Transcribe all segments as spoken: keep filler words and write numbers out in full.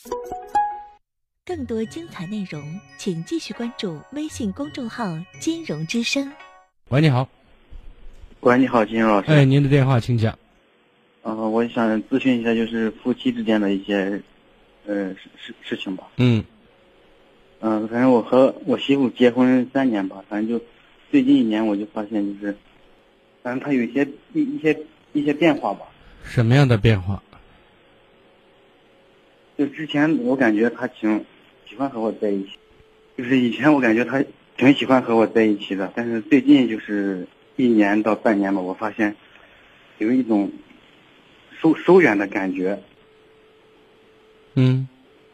更多精彩内容，请继续关注微信公众号“金融之声”。 喂，你好。 喂，你好，金融老师。 哎，您的电话请讲。 呃，我想咨询一下，就是夫妻之间的一些呃事事事情吧。 嗯。 嗯、呃，反正我和我媳妇结婚三年吧，反正就最近一年我就发现，就是反正她有一些一一些一些变化吧。 什么样的变化？ 就之前我感觉她挺喜欢和我在一起，就是以前我感觉她挺喜欢和我在一起的，但是最近就是一年到半年吧，我发现有一种收收远的感觉。 嗯。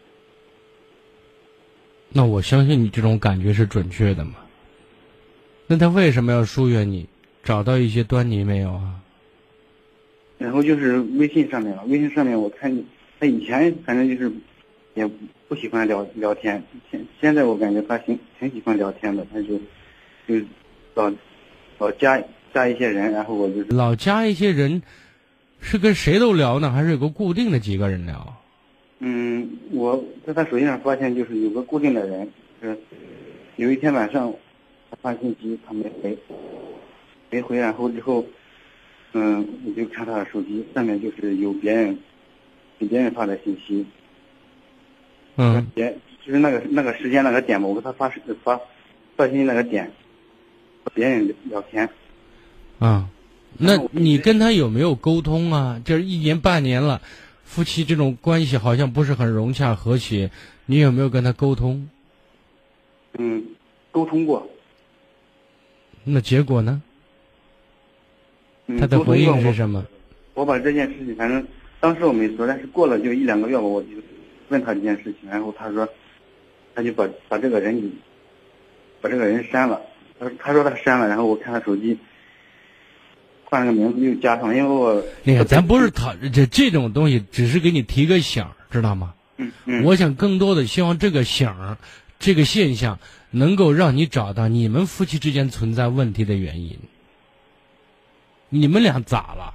那我相信你这种感觉是准确的嘛？那他为什么要疏远你？找到一些端倪没有啊？ 然后就是微信上面了，微信上面我看他以前反正就是也不喜欢聊聊天，现现在我感觉他挺挺喜欢聊天的，他就就老老加加一些人，然后我就老加一些人，是跟谁都聊呢，还是有个固定的几个人聊？ 嗯，我在他手机上发现就是有个固定的人，就是有一天晚上他发信息他没回，没回，然后之后，嗯，我就看他的手机上面就是有别人给别人发的信息， 嗯， 别就是那个那个时间那个点吧，我给他发发发信息那个点，和别人聊天。 啊，那你跟他有没有沟通啊？就是一年半年了。夫妻这种关系好像不是很融洽和谐，你有没有跟他沟通？ 嗯，沟通过。 那结果呢？ 嗯、 他的回应是什么？ 我, 我把这件事情，反正当时我没说，但是过了就一两个月吧，我就问他这件事情，然后他说，他就把把这个人给把这个人删了。他他说他删了，然后我看他手机。换了个名字又加上，因为我你看，咱不是讨这这种东西，只是给你提个醒，知道吗？ 嗯嗯。 我想更多的希望这个醒，这个现象能够让你找到你们夫妻之间存在问题的原因。你们俩咋了？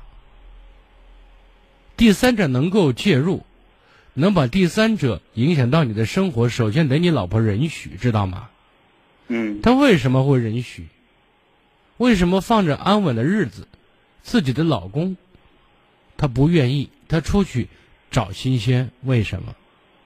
第三者能够介入，能把第三者影响到你的生活，首先得你老婆允许，知道吗？ 嗯。 他为什么会允许？为什么放着安稳的日子？自己的老公他不愿意，他出去找新鲜，为什么？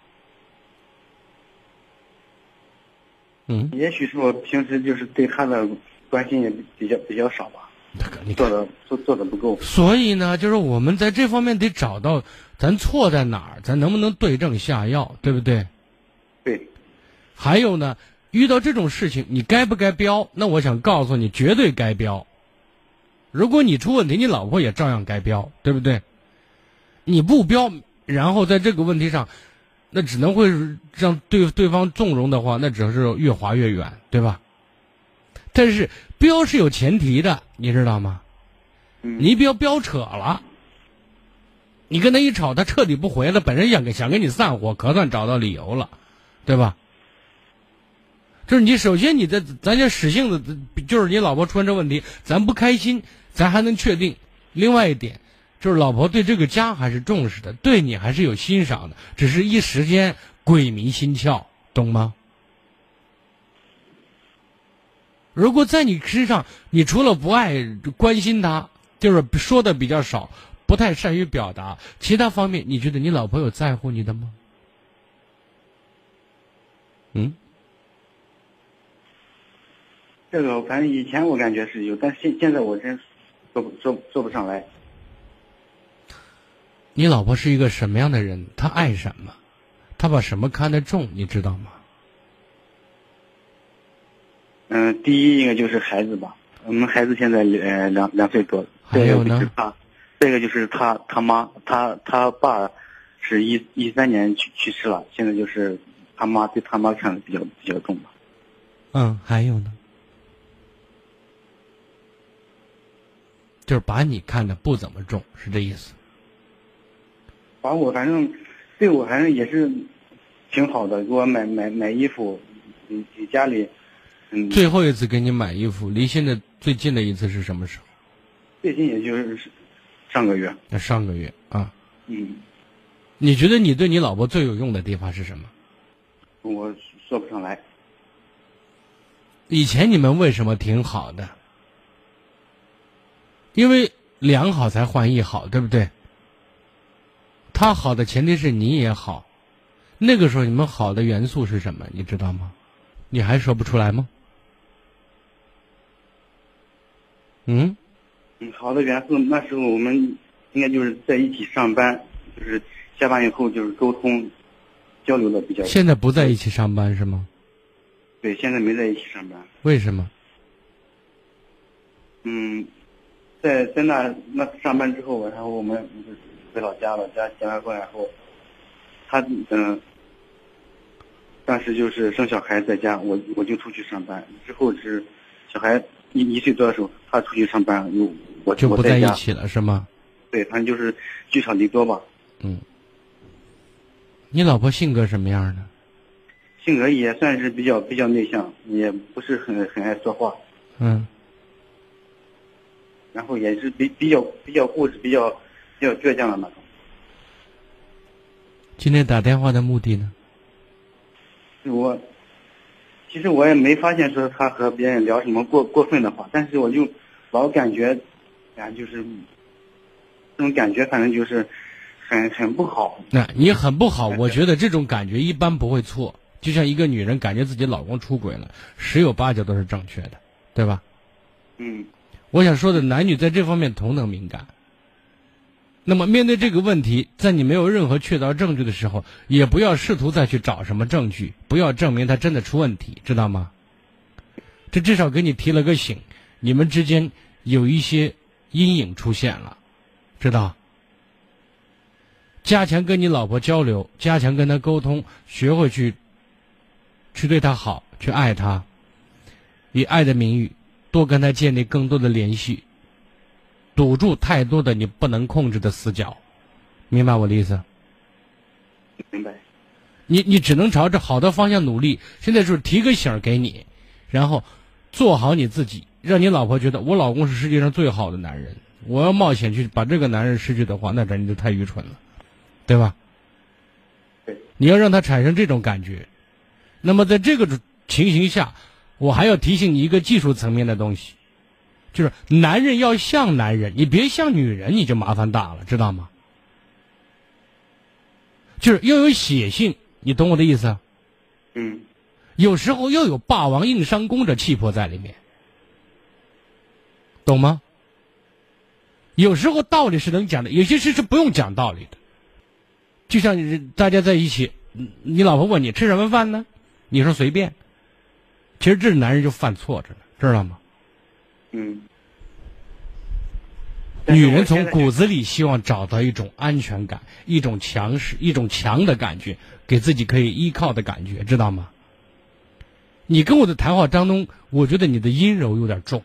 嗯， 也许是我平时就是对他的关心也比较比较少吧， 你做的做做的不够。 所以呢，就是我们在这方面得找到咱错在哪儿，咱能不能对症下药，对不对？ 对。 还有呢，遇到这种事情，你该不该标？那我想告诉你，绝对该标。如果你出问题，你老婆也照样该标，对不对？你不标，然后在这个问题上，那只能会让对对方纵容的话，那只是越滑越远，对吧？但是标是有前提的，你知道吗？你标标扯了，你跟他一吵，他彻底不回了，本身想跟想跟你散伙，可算找到理由了，对吧？就是你首先你的咱就使性子，就是你老婆出现这问题，咱不开心，咱还能确定。另外一点，就是老婆对这个家还是重视的，对你还是有欣赏的，只是一时间鬼迷心窍，懂吗？如果在你身上，你除了不爱关心他，就是说的比较少，不太善于表达，其他方面你觉得你老婆有在乎你的吗？嗯？ 这个反正以前我感觉是有，但是现现在我真说不说说不上来。 你老婆是一个什么样的人？她爱什么？她把什么看得重？你知道吗？ 嗯、呃，第一一个就是孩子吧，我们孩子现在呃两两岁多。 还有呢？ 这个就是他，这个就是他他妈，他他爸是一一三年去去世了，现在就是他妈对他妈看的比较比较重吧。 嗯，还有呢？就是把你看的不怎么重，是这意思？ 把我反正对我反正也是挺好的，给我买买买衣服，给给家里。嗯。 最后一次给你买衣服，离现在最近的一次是什么时候？ 最近也就是上个月。 那上个月啊。 嗯。 你觉得你对你老婆最有用的地方是什么？ 我说不上来。 以前你们为什么挺好的？因为两好才换一好，对不对？他好的前提是你也好。那个时候你们好的元素是什么？你知道吗？你还说不出来吗？嗯？ 嗯，好的元素，那时候我们应该就是在一起上班，就是下班以后就是沟通交流的比较。 现在不在一起上班是吗？ 对，现在没在一起上班。 为什么？ 嗯，在在那那上班之后，然后我们就是回老家了，家结完婚，然后他嗯，当时就是生小孩在家，我我就出去上班。之后是小孩一一岁多的时候，他出去上班，有我就不在我在家一起了是吗？ 对，反正就是聚少离多吧。 嗯。你老婆性格什么样的？ 性格也算是比较比较内向，也不是很很爱说话。 嗯。 然后也是比比较比较固执、比较比较倔强的那种。 今天打电话的目的呢？ 我其实我也没发现说他和别人聊什么过过分的话，但是我就老感觉，啊，就是这种感觉，反正就是很很不好。 那你很不好，我觉得这种感觉一般不会错。就像一个女人感觉自己老公出轨了，十有八九都是正确的，对吧？ 嗯。 我想说的，男女在这方面同等敏感。那么面对这个问题，在你没有任何确凿证据的时候，也不要试图再去找什么证据，不要证明他真的出问题，知道吗？这至少给你提了个醒，你们之间有一些阴影出现了，知道？加强跟你老婆交流，加强跟她沟通，学会去去对她好，去爱她，以爱的名义多跟她建立更多的联系，堵住太多的你不能控制的死角，明白我的意思？ 明白。 你你只能朝着好的方向努力。现在就是提个醒给你，然后做好你自己，让你老婆觉得我老公是世界上最好的男人。我要冒险去把这个男人失去的话，那真的就太愚蠢了，对吧？ 对。 你要让他产生这种感觉。那么在这个情形下，我还要提醒你一个技术层面的东西，就是男人要像男人，你别像女人，你就麻烦大了，知道吗？就是要有血性，你懂我的意思？ 嗯。 有时候要有霸王硬上弓的气魄在里面，懂吗？有时候道理是能讲的，有些事是不用讲道理的。就像大家在一起，你老婆问你吃什么饭呢？你说随便，其实这男人就犯错着呢，知道吗？ 嗯。 女人从骨子里希望找到一种安全感，一种强势，一种强的感觉，给自己可以依靠的感觉，知道吗？你跟我的谈话当中，我觉得你的阴柔有点重。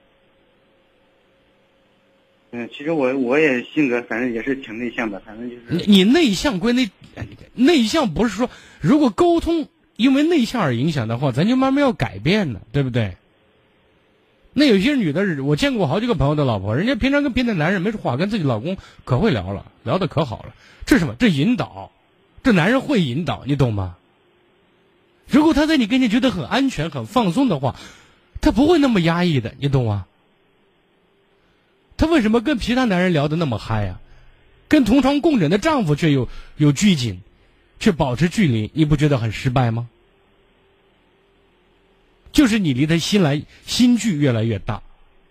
嗯，其实我我也性格反正也是挺内向的，反正就是你你内向归内，内向不是说如果沟通因为内向而影响的话，咱就慢慢要改变呢，对不对？那有些女的，我见过好几个朋友的老婆，人家平常跟别的男人没说话，跟自己老公可会聊了，聊得可好了。这是什么？这引导，这男人会引导，你懂吗？如果他在你跟前觉得很安全、很放松的话，他不会那么压抑的，你懂吗？他为什么跟其他男人聊得那么嗨啊？跟同床共枕的丈夫却有有拘谨，却保持距离，你不觉得很失败吗？就是你离他心来心距越来越大。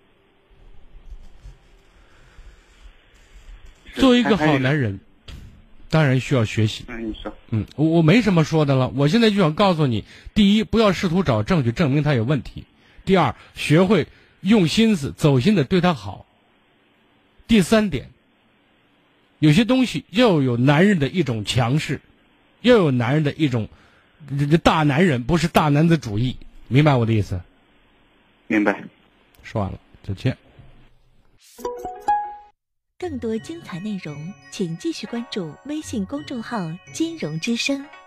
作为一个好男人，当然需要学习。 嗯，你说。 嗯，我我没什么说的了。我现在就想告诉你：第一，不要试图找证据证明他有问题；第二，学会用心思、走心的对他好；第三点，有些东西要有男人的一种强势，要有男人的一种这这大男人，不是大男子主义。明白我的意思？ 明白。 说完了，再见。 更多精彩内容，请继续关注微信公众号“金融之声”。